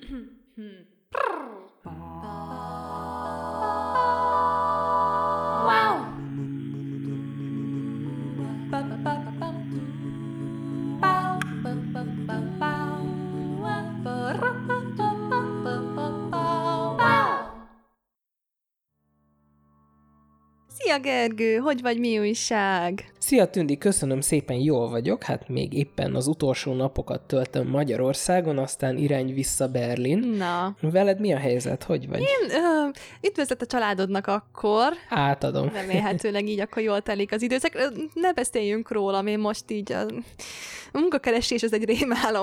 Szia Gergő, hogy vagy, mi újság? Szia Tündi, köszönöm szépen, jól vagyok, hát még éppen az utolsó napokat töltöm Magyarországon, aztán irány vissza Berlin. Na. Veled mi a helyzet, hogy vagy? Én üdvözlet a családodnak akkor. Átadom. Remélhetőleg így akkor jól telik az időszak. Ne beszéljünk rólam, én most így a munkakeresés az egy rémálom.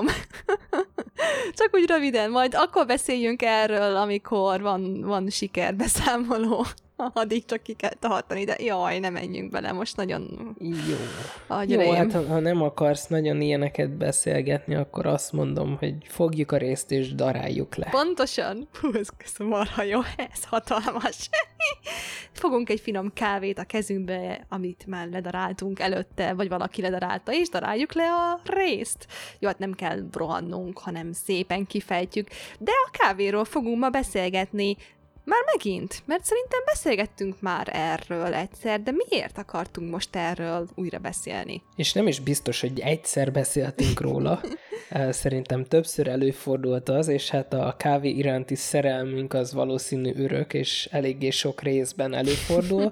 Csak úgy röviden, majd akkor beszéljünk erről, amikor van sikerbeszámoló. Addig csak ki kell tartani, de jaj, ne menjünk bele, most nagyon... Jó, hát ha nem akarsz nagyon ilyeneket beszélgetni, akkor azt mondom, hogy fogjuk a részt és daráljuk le. Pontosan. Ez marha jó, ez hatalmas. Fogunk egy finom kávét a kezünkbe, amit már ledaráltunk előtte, vagy valaki ledarálta, és daráljuk le a részt. Jó, hát nem kell rohannunk, hanem szépen kifejtjük, de a kávéról fogunk ma beszélgetni. Már megint, mert szerintem beszélgettünk már erről egyszer, de miért akartunk most erről újra beszélni? És nem is biztos, hogy egyszer beszéltünk róla. Szerintem többször előfordult az, és hát a kávé iránti szerelmünk az valószínű örök, és eléggé sok részben előfordul.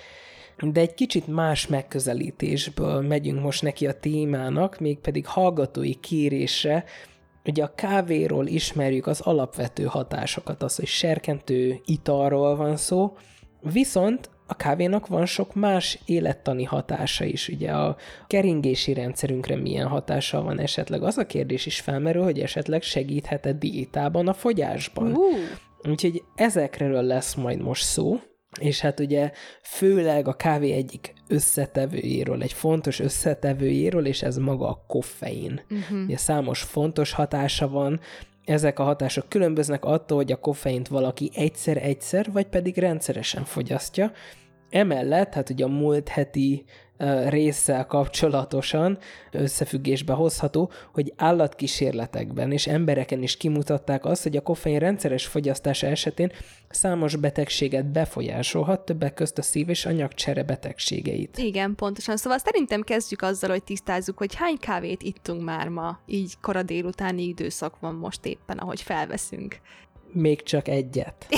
De egy kicsit más megközelítésből megyünk most neki a témának, mégpedig hallgatói kérésre. Ugye a kávéról ismerjük az alapvető hatásokat, az, hogy serkentő italról van szó, viszont a kávénak van sok más élettani hatása is. Ugye a keringési rendszerünkre milyen hatással van esetleg? Az a kérdés is felmerül, hogy esetleg segíthet-e diétában, a fogyásban. Úgyhogy ezekről lesz majd most szó. És hát ugye főleg a kávé egyik összetevőjéről, egy fontos összetevőjéről, és ez maga a koffein. Ugye számos fontos hatása van, ezek a hatások különböznek attól, hogy a koffeint valaki egyszer-egyszer, vagy pedig rendszeresen fogyasztja. Emellett, hát ugye a múlt heti résszel kapcsolatosan összefüggésbe hozható, hogy állatkísérletekben és embereken is kimutatták azt, hogy a koffein rendszeres fogyasztása esetén számos betegséget befolyásolhat, többek közt a szív- és anyagcsere betegségeit. Igen, pontosan. Szóval szerintem kezdjük azzal, hogy tisztázzuk, hogy hány kávét ittunk már ma, így kora délutáni időszak van most éppen, ahogy felveszünk. Még csak egyet.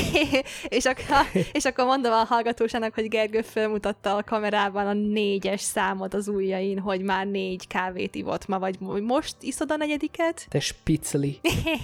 és akkor mondom a hallgatósának, hogy Gergő felmutatta a kamerában a 4-es számot az ujjain, hogy már 4 kávét ivott ma, vagy most iszod a 4. Te spicli.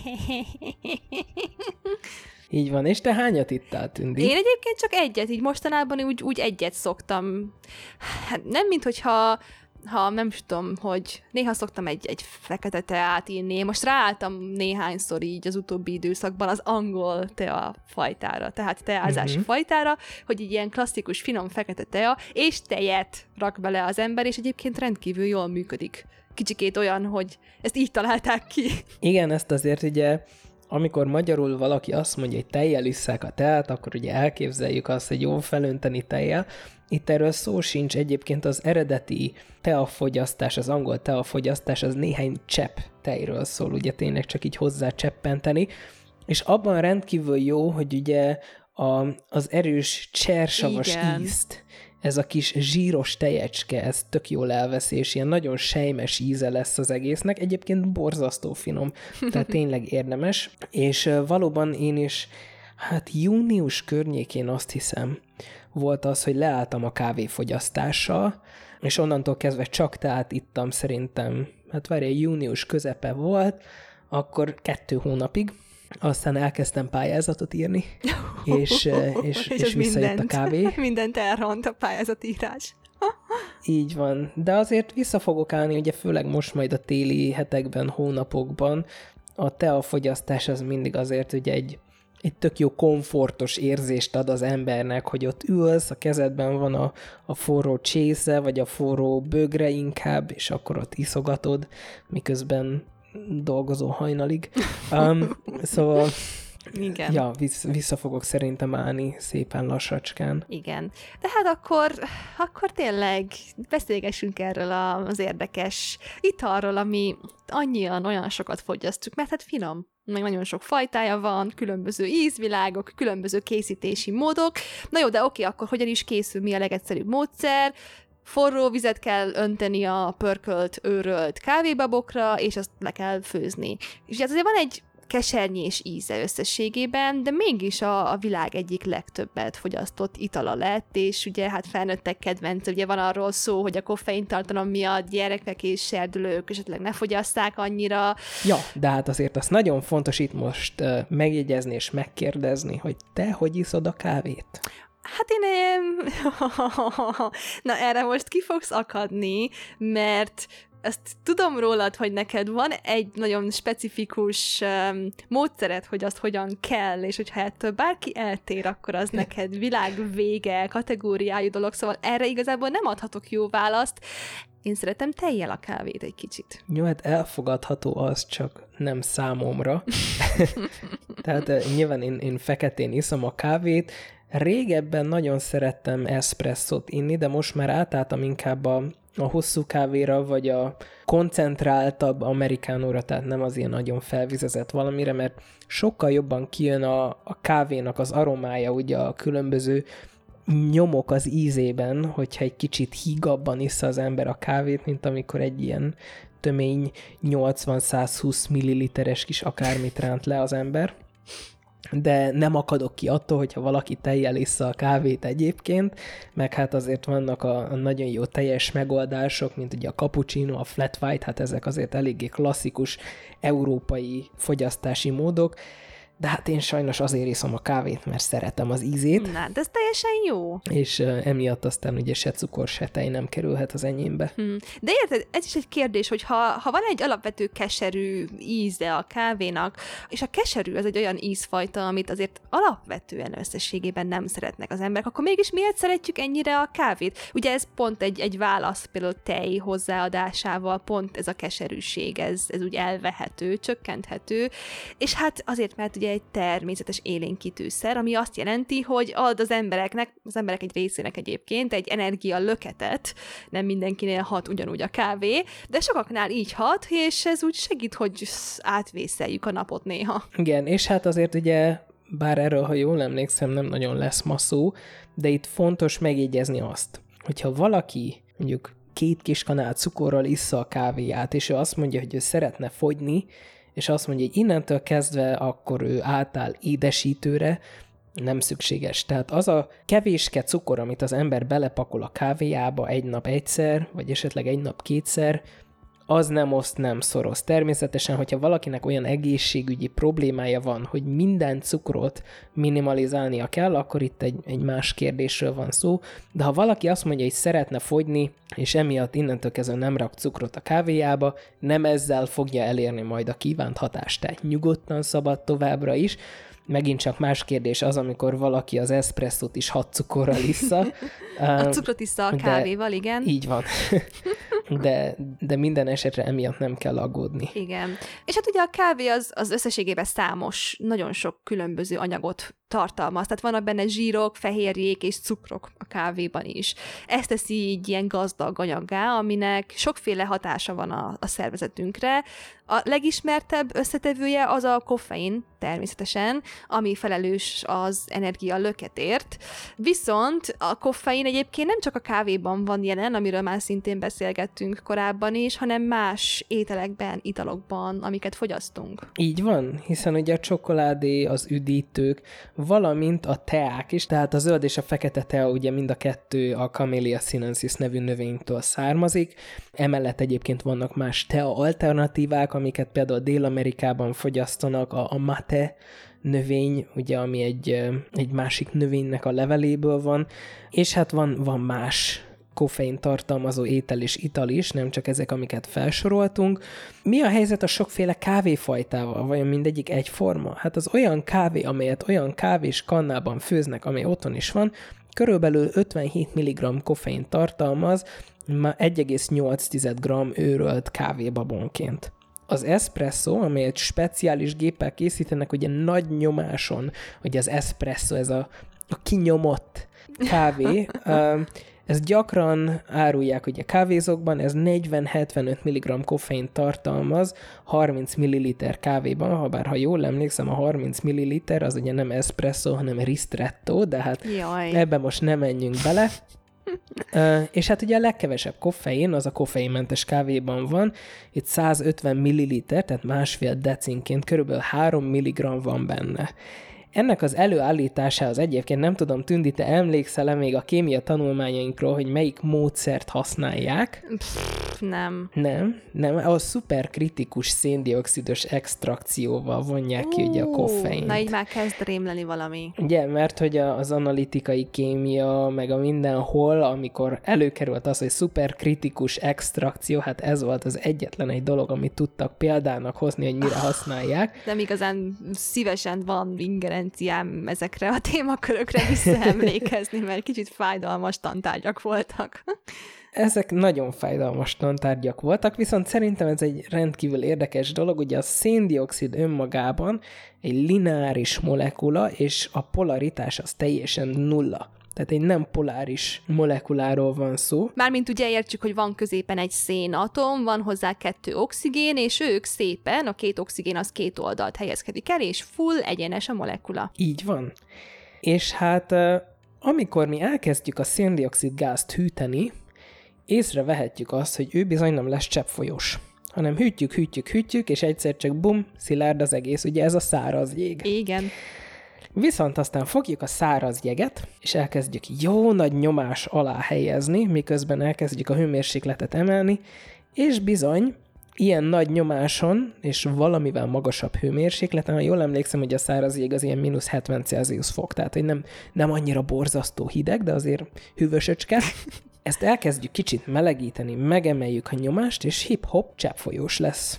Így van, és te hányat ittál, Tündi? Én egyébként csak egyet, így mostanában úgy egyet szoktam. Hát nem, minthogyha nem tudom, hogy néha szoktam egy fekete teát inni. Én most ráálltam néhányszor így az utóbbi időszakban az angol tea fajtára, tehát teázási fajtára, hogy így ilyen klasszikus, finom fekete tea, és tejet rak bele az ember, és egyébként rendkívül jól működik. Kicsikét olyan, hogy ezt így találták ki. Igen, ezt azért ugye, amikor magyarul valaki azt mondja, hogy tejjel isszák a teát, akkor ugye elképzeljük azt, hogy jól felönteni tejjel. Itt erről szó sincs, egyébként az eredeti teafogyasztás, az angol teafogyasztás az néhány csepp tejről szól, ugye tényleg csak így hozzá cseppenteni, és abban rendkívül jó, hogy ugye az erős csersavas ízt, ez a kis zsíros tejecske, ez tök jól elveszi, és ilyen nagyon sejmes íze lesz az egésznek, egyébként borzasztó finom, tehát tényleg érdemes, és valóban én is, hát június környékén azt hiszem, volt az, hogy leálltam a kávéfogyasztással, és onnantól kezdve csak teát ittam szerintem, hát várj, június közepe volt, akkor 2 hónapig, aztán elkezdtem pályázatot írni, és visszajött a kávé. Mindent elront a pályázatírás. Így van, de azért vissza fogok állni, ugye főleg most majd a téli hetekben, hónapokban, a teafogyasztás az mindig azért ugye egy tök jó komfortos érzést ad az embernek, hogy ott ülsz, a kezedben van a forró csésze, vagy a forró bögre inkább, és akkor ott iszogatod, miközben dolgozó hajnalig. Szóval Igen. Ja, vissza fogok szerintem állni szépen lassacskán. Igen. De hát akkor tényleg beszélgessünk erről az érdekes italról, ami olyan sokat fogyasztjuk, mert hát finom. Meg nagyon sok fajtája van, különböző ízvilágok, különböző készítési módok. Na jó, de oké, akkor hogyan is készül, mi a legegyszerűbb módszer? Forró vizet kell önteni a pörkölt, őrölt kávébabokra, és azt le kell főzni. És ugye azért van egy kesernyés íze összességében, de mégis a világ egyik legtöbbet fogyasztott itala lett, és ugye hát felnőttek kedvence, ugye van arról szó, hogy a koffein tartalom miatt gyerekek és serdülők esetleg ne fogyasszák annyira. Ja, de hát azért az nagyon fontos itt most megjegyezni és megkérdezni, hogy te hogy iszod a kávét? Hát Na erre most ki fogsz akadni, mert ezt tudom rólad, hogy neked van egy nagyon specifikus módszered, hogy azt hogyan kell, és hogyha ettől bárki eltér, akkor az neked világvége, kategóriájú dolog, szóval erre igazából nem adhatok jó választ. Én szeretem tejjel a kávét egy kicsit. Jó, hát elfogadható az, csak nem számomra. Tehát nyilván én feketén iszom a kávét. Régebben nagyon szerettem eszpresszót inni, de most már átálltam inkább a hosszú kávéra, vagy a koncentráltabb amerikánóra, tehát nem az ilyen nagyon felvizezett valamire, mert sokkal jobban kijön a kávénak az aromája, ugye a különböző nyomok az ízében, hogyha egy kicsit hígabban issza az ember a kávét, mint amikor egy ilyen tömény 80-120 milliliteres kis akármit ránt le az ember. De nem akadok ki attól, hogyha valaki tejjel issza a kávét egyébként, meg hát azért vannak a nagyon jó teljes megoldások, mint ugye a cappuccino, a flat white, hát ezek azért eléggé klasszikus európai fogyasztási módok, de hát én sajnos azért iszom a kávét, mert szeretem az ízét. Na, de ez teljesen jó. És emiatt aztán ugye se cukor, se tej nem kerülhet az enyémbe. De érted, ez is egy kérdés, hogy ha van egy alapvető keserű íze a kávénak, és a keserű az egy olyan ízfajta, amit azért alapvetően összességében nem szeretnek az emberek, akkor mégis miért szeretjük ennyire a kávét? Ugye ez pont egy válasz, például tej hozzáadásával, pont ez a keserűség, ez úgy elvehető, csökkenthető, és hát azért, mert ugye egy természetes élénkítőszer, ami azt jelenti, hogy ad az emberek egy részének egyébként egy energia löketet, nem mindenkinél hat ugyanúgy a kávé, de sokaknál így hat, és ez úgy segít, hogy átvészeljük a napot néha. Igen, és hát azért ugye, bár erről, ha jól emlékszem, nem nagyon lesz ma szó, de itt fontos megjegyezni azt, hogyha valaki mondjuk 2 kis kanál cukorral issza a kávéját, és ő azt mondja, hogy ő szeretne fogyni, és azt mondja, hogy innentől kezdve akkor ő átáll édesítőre, nem szükséges. Tehát az a kevéske cukor, amit az ember belepakol a kávéjába egy nap egyszer, vagy esetleg egy nap kétszer, az nem oszt, nem szoroz. Természetesen, hogyha valakinek olyan egészségügyi problémája van, hogy minden cukrot minimalizálnia kell, akkor itt egy más kérdésről van szó, de ha valaki azt mondja, hogy szeretne fogyni, és emiatt innentől kezdve nem rak cukrot a kávéjába, nem ezzel fogja elérni majd a kívánt hatást, tehát nyugodtan szabad továbbra is. Megint csak más kérdés az, amikor valaki az eszpresszót is 6 cukorral issza. A cukrot issza a kávéval, igen. Így van. De minden esetre emiatt nem kell aggódni. Igen. És hát ugye a kávé az összességében számos, nagyon sok különböző anyagot tartalmaz. Tehát vannak benne zsírok, fehérjék és cukrok a kávéban is. Ez teszi így ilyen gazdag anyaggá, aminek sokféle hatása van a szervezetünkre. A legismertebb összetevője az a koffein, természetesen, ami felelős az energia löketért. Viszont a koffein egyébként nem csak a kávéban van jelen, amiről már szintén beszélgettünk korábban is, hanem más ételekben, italokban, amiket fogyasztunk. Így van, hiszen ugye a csokoládé, az üdítők, valamint a teák is, tehát a zöld és a fekete tea ugye mind a kettő a Camellia sinensis nevű növénytől származik. Emellett egyébként vannak más tea alternatívák, amiket például Dél-Amerikában fogyasztanak, a mate növény, ugye, ami egy másik növénynek a leveléből van, és hát van más koffein tartalmazó étel és ital is, nem csak ezek, amiket felsoroltunk. Mi a helyzet a sokféle kávéfajtával? Vajon mindegyik egyforma? Hát az olyan kávé, amelyet olyan kávés kannában főznek, amely otthon is van, körülbelül 57 mg koffein tartalmaz, már 1,8 g őrölt kávébabonként. Az espresso, amelyet speciális géppel készítenek, ugye nagy nyomáson, hogy az espresso, ez a kinyomott kávé, ezt gyakran árulják ugye kávézókban, ez 40-75 mg koffein tartalmaz 30 ml kávéban, ha jól emlékszem, a 30 ml az ugye nem espresso, hanem ristretto, de hát ebben most nem menjünk bele. És hát ugye a legkevesebb koffein, az a koffeinmentes kávéban van, itt 150 ml, tehát másfél decinként körülbelül 3 mg van benne. Ennek az előállításához egyébként nem tudom, Tündi, te emlékszel-e még a kémia tanulmányainkról, hogy melyik módszert használják? Nem. Nem. A szuperkritikus széndioxidos extrakcióval vonják ki ugye a koffeint. Na így már kezd rémleni valami. Ugye, mert hogy az analitikai kémia, meg a mindenhol, amikor előkerült az, hogy szuperkritikus extrakció, hát ez volt az egyetlen egy dolog, amit tudtak példának hozni, hogy mire használják. Nem igazán szívesen van ingerenciám ezekre a témakörökre visszaemlékezni, mert kicsit fájdalmas tantárgyak voltak. Ezek nagyon fájdalmas tantárgyak voltak, viszont szerintem ez egy rendkívül érdekes dolog, ugye a széndioxid önmagában egy lineáris molekula, és a polaritás az teljesen nulla. Tehát egy nem poláris molekuláról van szó. Mármint ugye értsük, hogy van középen egy szénatom, van hozzá 2 oxigén, és ők szépen, a 2 oxigén az 2 oldalt helyezkedik el, és full egyenes a molekula. Így van. És hát amikor mi elkezdjük a széndioxid gázt hűteni, észrevehetjük azt, hogy ő bizony nem lesz cseppfolyós, hanem hűtjük, és egyszer csak bum, szilárd az egész. Ugye ez a száraz jég. Igen. Viszont aztán fogjuk a száraz jeget, és elkezdjük jó nagy nyomás alá helyezni, miközben elkezdjük a hőmérsékletet emelni, és bizony, ilyen nagy nyomáson, és valamivel magasabb hőmérsékleten, ha jól emlékszem, hogy a száraz jég az ilyen mínusz 70 Celsius fok, tehát hogy nem annyira borzasztó hideg, de azért hűvösöcske. Ezt elkezdjük kicsit melegíteni, megemeljük a nyomást, és hip-hop cseppfolyós lesz.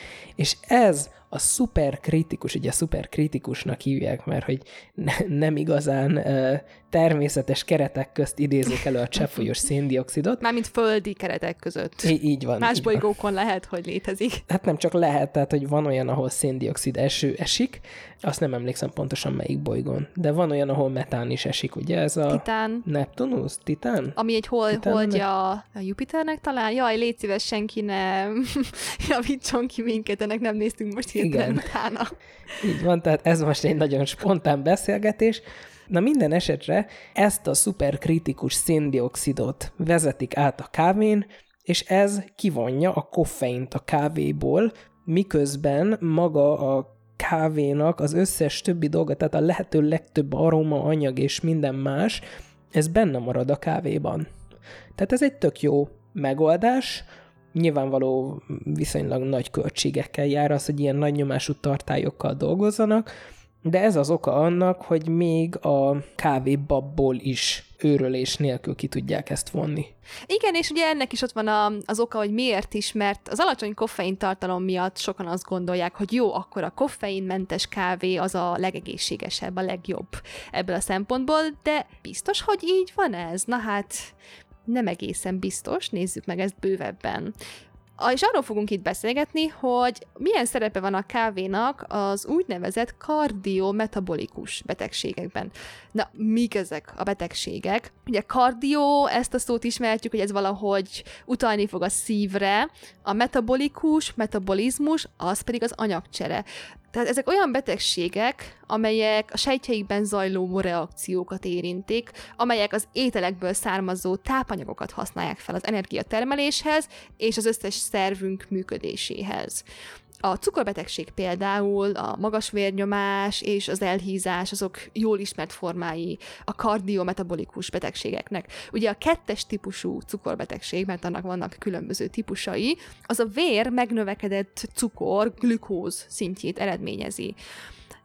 És ez a szuperkritikus, ugye szuperkritikusnak hívják, mert hogy nem igazán természetes keretek közt idézik elő a cseppfolyós széndioxidot. Mármint földi keretek között. Így van. Más bolygókon lehet, hogy létezik. Hát nem csak lehet, tehát hogy van olyan, ahol széndioxid eső esik, azt nem emlékszem pontosan melyik bolygón, de van olyan, ahol metán is esik, ugye ez a... Titán. Neptunus? Titán? Ami egy holdja a Jupiternek talán? Jaj, légy szíves, senki ne javítson ki minket, ennek nem néztünk most hirtelen utána. Így van, tehát ez most egy nagyon spontán beszélgetés. Na minden esetre ezt a szuperkritikus széndioxidot vezetik át a kávén, és ez kivonja a koffeint a kávéból, miközben maga a kávénak az összes többi dolga, tehát a lehető legtöbb aroma, anyag és minden más, ez benne marad a kávéban. Tehát ez egy tök jó megoldás, nyilvánvaló viszonylag nagy költségekkel jár az, hogy ilyen nagy nyomású tartályokkal dolgozzanak, de ez az oka annak, hogy még a kávébabból is őrölés nélkül ki tudják ezt vonni. Igen, és ugye ennek is ott van az oka, hogy miért is, mert az alacsony koffein tartalom miatt sokan azt gondolják, hogy jó, akkor a koffeinmentes kávé az a legegészségesebb, a legjobb ebből a szempontból, de biztos, hogy így van ez? Na hát nem egészen biztos, nézzük meg ezt bővebben. És arról fogunk itt beszélgetni, hogy milyen szerepe van a kávénak az úgynevezett kardiometabolikus betegségekben. Na, mik ezek a betegségek? Ugye kardió, ezt a szót ismerjük, hogy ez valahogy utalni fog a szívre, a metabolizmus, az pedig az anyagcsere. Tehát ezek olyan betegségek, amelyek a sejtjeikben zajló reakciókat érintik, amelyek az ételekből származó tápanyagokat használják fel az energiatermeléshez és az összes szervünk működéséhez. A cukorbetegség például, a magas vérnyomás és az elhízás, azok jól ismert formái a kardiometabolikus betegségeknek. Ugye a 2. típusú cukorbetegség, mert annak vannak különböző típusai, az a vér megnövekedett cukor, glükóz szintjét eredményezi.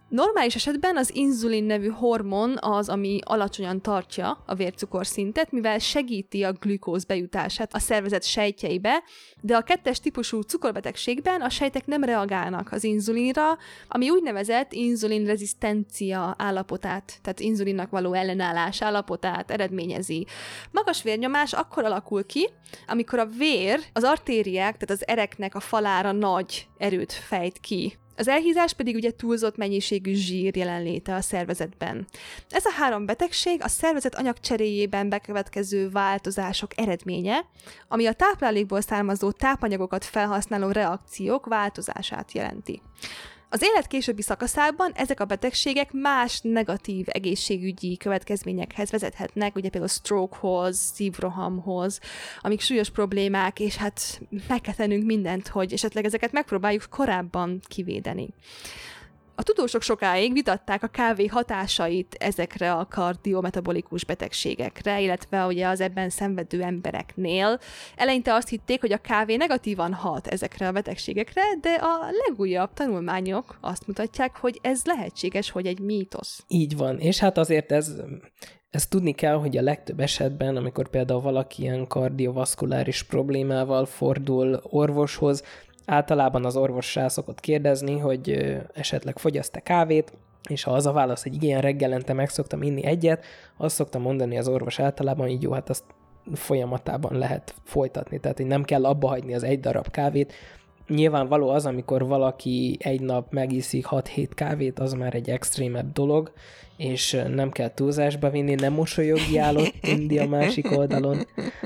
Normális esetben az inzulin nevű hormon az, ami alacsonyan tartja a vércukorszintet, mivel segíti a glükóz bejutását a szervezet sejtjeibe, de a 2-es típusú cukorbetegségben a sejtek nem reagálnak az inzulinra, ami úgynevezett inzulinrezisztencia állapotát, tehát inzulinnak való ellenállás állapotát eredményezi. Magas vérnyomás akkor alakul ki, amikor a vér, az artériák, tehát az ereknek a falára nagy erőt fejt ki. Az elhízás pedig ugye túlzott mennyiségű zsír jelenléte a szervezetben. Ez a 3 betegség a szervezet anyagcseréjében bekövetkező változások eredménye, ami a táplálékból származó tápanyagokat felhasználó reakciók változását jelenti. Az élet későbbi szakaszában ezek a betegségek más negatív egészségügyi következményekhez vezethetnek, ugye például strokehoz, szívrohamhoz, amik súlyos problémák, és hát meg kell tennünk mindent, hogy esetleg ezeket megpróbáljuk korábban kivédeni. A tudósok sokáig vitatták a kávé hatásait ezekre a kardiometabolikus betegségekre, illetve ugye az ebben szenvedő embereknél. Eleinte azt hitték, hogy a kávé negatívan hat ezekre a betegségekre, de a legújabb tanulmányok azt mutatják, hogy ez lehetséges, hogy egy mítosz. Így van, és hát azért ez tudni kell, hogy a legtöbb esetben, amikor például valaki ilyen kardiovaszkuláris problémával fordul orvoshoz, általában az orvos rá szokott kérdezni, hogy esetleg fogyaszt-e kávét, és ha az a válasz, hogy igen, reggelente meg szoktam inni egyet, azt szokta mondani az orvos általában, így jó, hát azt folyamatában lehet folytatni, tehát hogy nem kell abba hagyni az egy darab kávét. Nyilvánvaló az, amikor valaki egy nap megiszik 6-7 kávét, az már egy extrémebb dolog, és nem kell túlzásba vinni, nem mosolyogjál ott Indi a másik oldalon.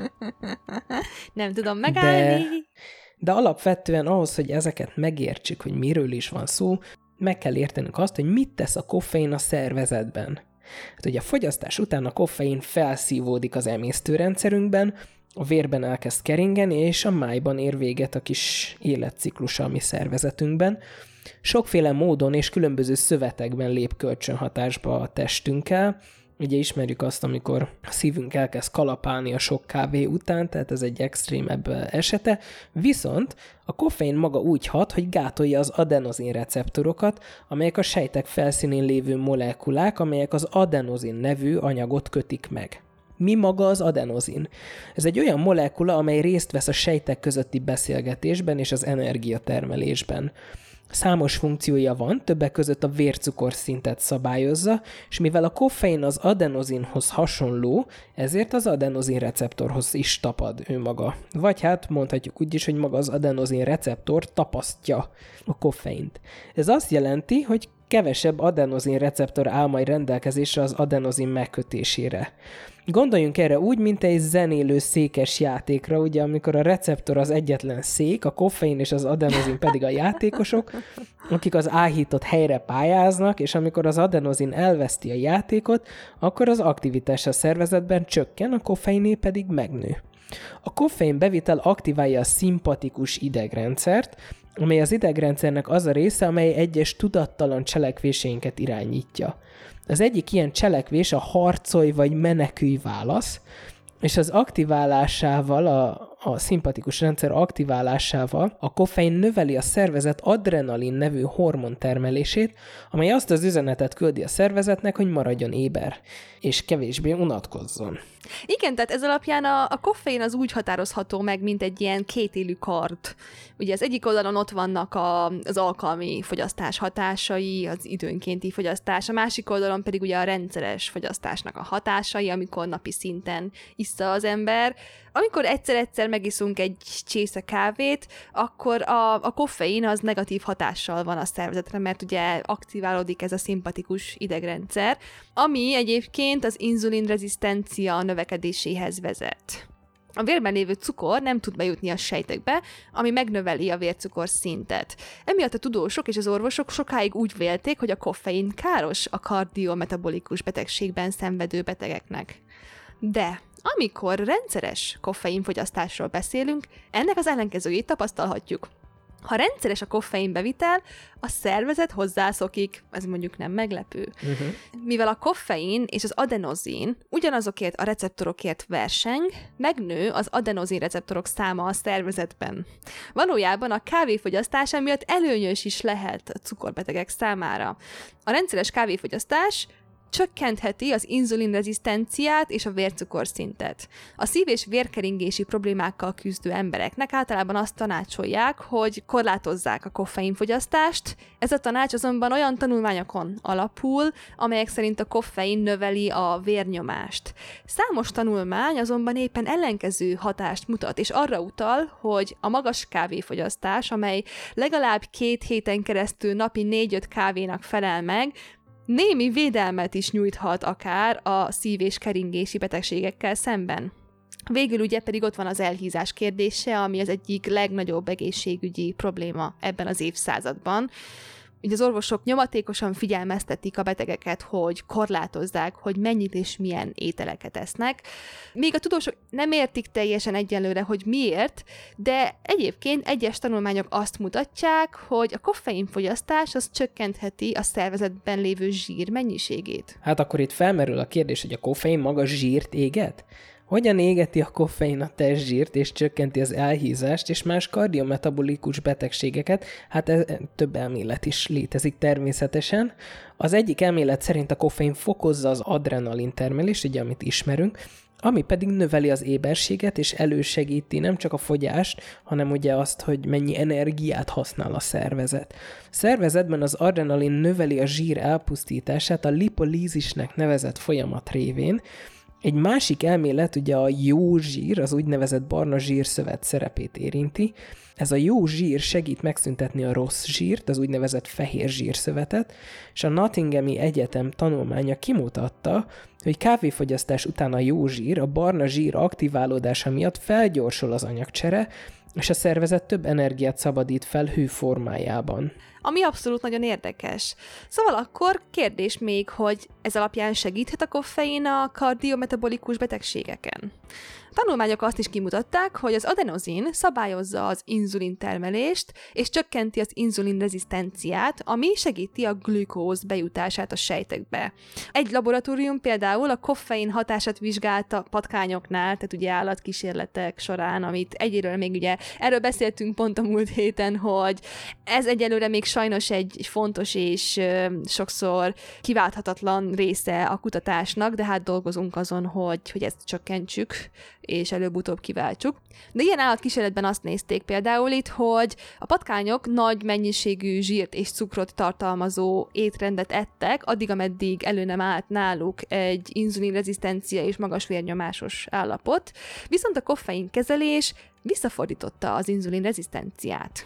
Nem tudom megállni. De alapvetően ahhoz, hogy ezeket megértsük, hogy miről is van szó, meg kell értenünk azt, hogy mit tesz a koffein a szervezetben. Hát ugye a fogyasztás után a koffein felszívódik az emésztőrendszerünkben, a vérben elkezd keringeni, és a májban ér véget a kis életciklusa a mi szervezetünkben. Sokféle módon és különböző szövetekben lép kölcsönhatásba a testünkkel. Ugye ismerjük azt, amikor a szívünk elkezd kalapálni a sok kávé után, tehát ez egy extrémebb esete, viszont a koffein maga úgy hat, hogy gátolja az adenozin receptorokat, amelyek a sejtek felszínén lévő molekulák, amelyek az adenozin nevű anyagot kötik meg. Mi maga az adenozin? Ez egy olyan molekula, amely részt vesz a sejtek közötti beszélgetésben és az energiatermelésben. Számos funkciója van, többek között a vércukorszintet szabályozza, és mivel a koffein az adenozinhoz hasonló, ezért az adenozin receptorhoz is tapad ő maga. Vagy hát mondhatjuk úgy is, hogy maga az adenozin receptor tapasztja a koffeint. Ez azt jelenti, hogy kevesebb adenozin receptor áll majd rendelkezésre az adenozin megkötésére. Gondoljunk erre úgy, mint egy zenélő székes játékra, ugye, amikor a receptor az egyetlen szék, a koffein és az adenozin pedig a játékosok, akik az áhított helyre pályáznak, és amikor az adenozin elveszti a játékot, akkor az aktivitás a szervezetben csökken, a koffeiné pedig megnő. A koffein bevitel aktiválja a szimpatikus idegrendszert, amely az idegrendszernek az a része, amely egyes tudattalan cselekvéseinket irányítja. Az egyik ilyen cselekvés a harcolj vagy menekülj válasz, és az aktiválásával, a szimpatikus rendszer aktiválásával a koffein növeli a szervezet adrenalin nevű hormon termelését, amely azt az üzenetet küldi a szervezetnek, hogy maradjon éber, és kevésbé unatkozzon. Igen, tehát ez alapján a koffein az úgy határozható meg, mint egy ilyen kétélű kard. Ugye az egyik oldalon ott vannak az alkalmi fogyasztás hatásai, az időnkénti fogyasztás, a másik oldalon pedig ugye a rendszeres fogyasztásnak a hatásai, amikor napi szinten issza az ember. Amikor egyszer-egyszer megiszunk egy csésze kávét, akkor a koffein az negatív hatással van a szervezetre, mert ugye aktiválódik ez a szimpatikus idegrendszer, ami egyébként az inzulinrezisztencia növekedéséhez vezet. A vérben lévő cukor nem tud bejutni a sejtekbe, ami megnöveli a vércukor szintet. Emiatt a tudósok és az orvosok sokáig úgy vélték, hogy a koffein káros a kardiometabolikus betegségben szenvedő betegeknek. De amikor rendszeres koffeinfogyasztásról beszélünk, ennek az ellenkezőjét tapasztalhatjuk. Ha rendszeres a koffeinbevitel, a szervezet hozzászokik, ez mondjuk nem meglepő. Mivel a koffein és az adenozin ugyanazokért a receptorokért verseng, megnő az adenozin receptorok száma a szervezetben. Valójában a kávéfogyasztás miatt előnyös is lehet a cukorbetegek számára. A rendszeres kávéfogyasztás csökkentheti az inzulinrezisztenciát és a vércukorszintet. A szív- és vérkeringési problémákkal küzdő embereknek általában azt tanácsolják, hogy korlátozzák a koffeinfogyasztást. Ez a tanács azonban olyan tanulmányokon alapul, amelyek szerint a koffein növeli a vérnyomást. Számos tanulmány azonban éppen ellenkező hatást mutat, és arra utal, hogy a magas kávéfogyasztás, amely legalább 2 héten keresztül napi 4-5 kávénak felel meg, némi védelmet is nyújthat akár a szív- és keringési betegségekkel szemben. Végül ugye pedig ott van az elhízás kérdése, ami az egyik legnagyobb egészségügyi probléma ebben az évszázadban. Ugye az orvosok nyomatékosan figyelmeztetik a betegeket, hogy korlátozzák, hogy mennyit és milyen ételeket esznek. Még a tudósok nem értik teljesen egyelőre, hogy miért, de egyébként egyes tanulmányok azt mutatják, hogy a koffeinfogyasztás az csökkentheti a szervezetben lévő zsír mennyiségét. Hát akkor itt felmerül a kérdés, hogy a koffein maga zsírt éget? Hogyan égeti a koffein a testzsírt, és csökkenti az elhízást, és más kardiometabolikus betegségeket? Hát több elmélet is létezik természetesen. Az egyik elmélet szerint a koffein fokozza az adrenalin termelést, ugye, amit ismerünk, ami pedig növeli az éberséget, és elősegíti nem csak a fogyást, hanem ugye azt, hogy mennyi energiát használ a szervezet. A szervezetben az adrenalin növeli a zsír elpusztítását a lipolízisnek nevezett folyamat révén. Egy másik elmélet ugye a jó zsír, az úgynevezett barna zsírszövet szerepét érinti. Ez a jó zsír segít megszüntetni a rossz zsírt, az úgynevezett fehér zsírszövetet, és a Nottinghami Egyetem tanulmánya kimutatta, hogy kávéfogyasztás után a jó zsír, a barna zsír aktiválódása miatt felgyorsul az anyagcsere, és a szervezet több energiát szabadít fel hő formájában. Ami abszolút nagyon érdekes. Szóval akkor kérdés még, hogy ez alapján segíthet a koffein a kardiometabolikus betegségeken? A tanulmányok azt is kimutatták, hogy az adenozin szabályozza az inzulin termelést, és csökkenti az inzulin rezisztenciát, ami segíti a glükóz bejutását a sejtekbe. Egy laboratórium például a koffein hatását vizsgálta patkányoknál, tehát ugye állatkísérletek során, amit egyről még ugye, erről beszéltünk pont a múlt héten, hogy ez egyelőre még sajnos egy fontos és sokszor kiválthatatlan része a kutatásnak, de hát dolgozunk azon, hogy ezt csökkentsük, és előbb-utóbb kiváltsuk. De ilyen állatkísérletben azt nézték például itt, hogy a patkányok nagy mennyiségű zsírt és cukrot tartalmazó étrendet ettek, addig, ameddig elő nem állt náluk egy inzulinrezisztencia és magas vérnyomásos állapot, viszont a koffein kezelés visszafordította az inzulinrezisztenciát.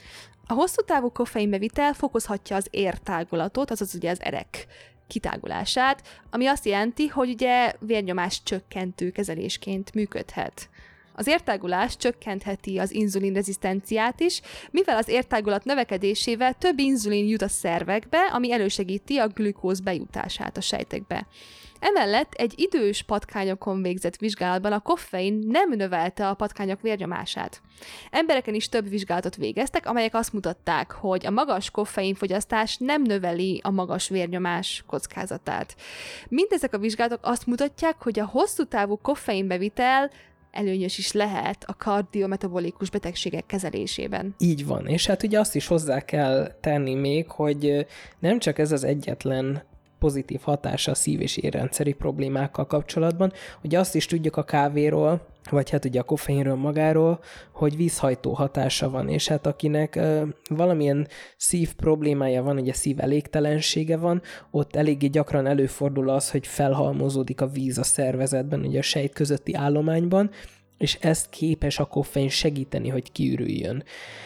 A hosszú távú koffeinbevitel fokozhatja az értágulatot, azaz ugye az erek kitágulását, ami azt jelenti, hogy ugye vérnyomás csökkentő kezelésként működhet. Az értágulás csökkentheti az inzulinrezisztenciát is, mivel az értágulat növekedésével több inzulin jut a szervekbe, ami elősegíti a glükóz bejutását a sejtekbe. Emellett egy idős patkányokon végzett vizsgálatban a koffein nem növelte a patkányok vérnyomását. Embereken is több vizsgálatot végeztek, amelyek azt mutatták, hogy a magas koffeinfogyasztás nem növeli a magas vérnyomás kockázatát. Mindezek a vizsgálatok azt mutatják, hogy a hosszú távú koffeinbevitel előnyös is lehet a kardiometabolikus betegségek kezelésében. Így van, és hát ugye azt is hozzá kell tenni még, hogy nem csak ez az egyetlen pozitív hatása a szív- és érrendszeri problémákkal kapcsolatban, ugye azt is tudjuk a kávéról, vagy hát ugye a koffeinről magáról, hogy vízhajtó hatása van, és hát akinek valamilyen szív problémája van, ugye szív elégtelensége van, ott eléggé gyakran előfordul az, hogy felhalmozódik a víz a szervezetben, ugye a sejt közötti állományban, és ezt képes a koffein segíteni, hogy kiürüljön.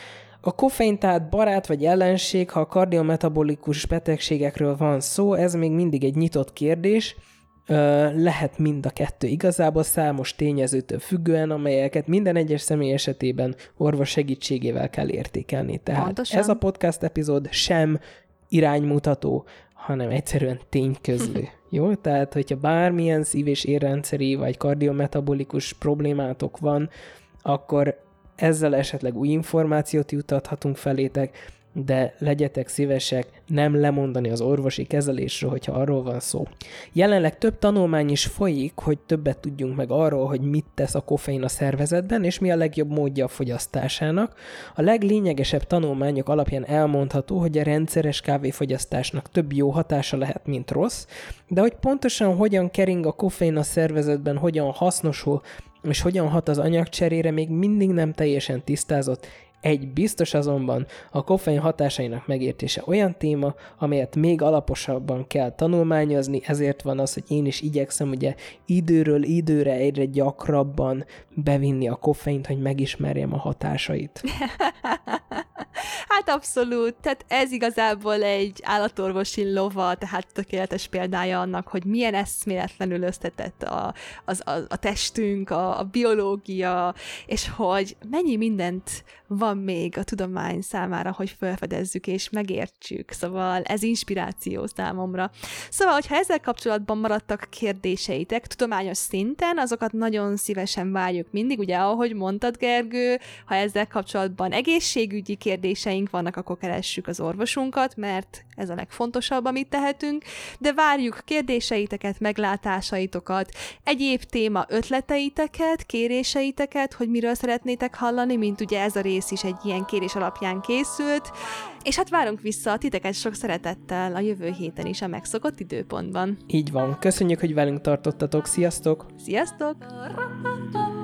A koffein tehát barát vagy ellenség, ha a kardiometabolikus betegségekről van szó, ez még mindig egy nyitott kérdés, lehet mind a kettő igazából számos tényezőtől függően, amelyeket minden egyes személy esetében orvos segítségével kell értékelni. Tehát pontosan. Ez a podcast epizód sem iránymutató, hanem egyszerűen tényközlő. Jó? Tehát, hogyha bármilyen szív- és érrendszeri vagy kardiometabolikus problémátok van, akkor ezzel esetleg új információt juttathatunk felétek, de legyetek szívesek nem lemondani az orvosi kezelésről, hogyha arról van szó. Jelenleg több tanulmány is folyik, hogy többet tudjunk meg arról, hogy mit tesz a koffein a szervezetben, és mi a legjobb módja a fogyasztásának. A leglényegesebb tanulmányok alapján elmondható, hogy a rendszeres kávéfogyasztásnak több jó hatása lehet, mint rossz, de hogy pontosan hogyan kering a koffein a szervezetben, hogyan hasznosul, és hogyan hat az anyagcserére, még mindig nem teljesen tisztázott. Egy biztos azonban, a koffein hatásainak megértése olyan téma, amelyet még alaposabban kell tanulmányozni, ezért van az, hogy én is igyekszem ugye időről időre egyre gyakrabban bevinni a koffeint, hogy megismerjem a hatásait. Hát abszolút, tehát ez igazából egy állatorvosi lova, tehát tökéletes példája annak, hogy milyen eszméletlenül összetett a testünk, a biológia, és hogy mennyi mindent van még a tudomány számára, hogy felfedezzük és megértsük, szóval ez inspiráció számomra. Szóval, hogyha ezzel kapcsolatban maradtak kérdéseitek tudományos szinten, azokat nagyon szívesen várjuk mindig, ugye ahogy mondtad, Gergő, ha ezzel kapcsolatban egészségügyi kérdéseink vannak, akkor keressük az orvosunkat, mert ez a legfontosabb, amit tehetünk, de várjuk kérdéseiteket, meglátásaitokat, egyéb téma ötleteiteket, kéréseiteket, hogy miről szeretnétek hallani, mint ugye ez a rész is egy ilyen kérés alapján készült, és hát várunk vissza titeket sok szeretettel a jövő héten is a megszokott időpontban. Így van. Köszönjük, hogy velünk tartottatok. Sziasztok! Sziasztok!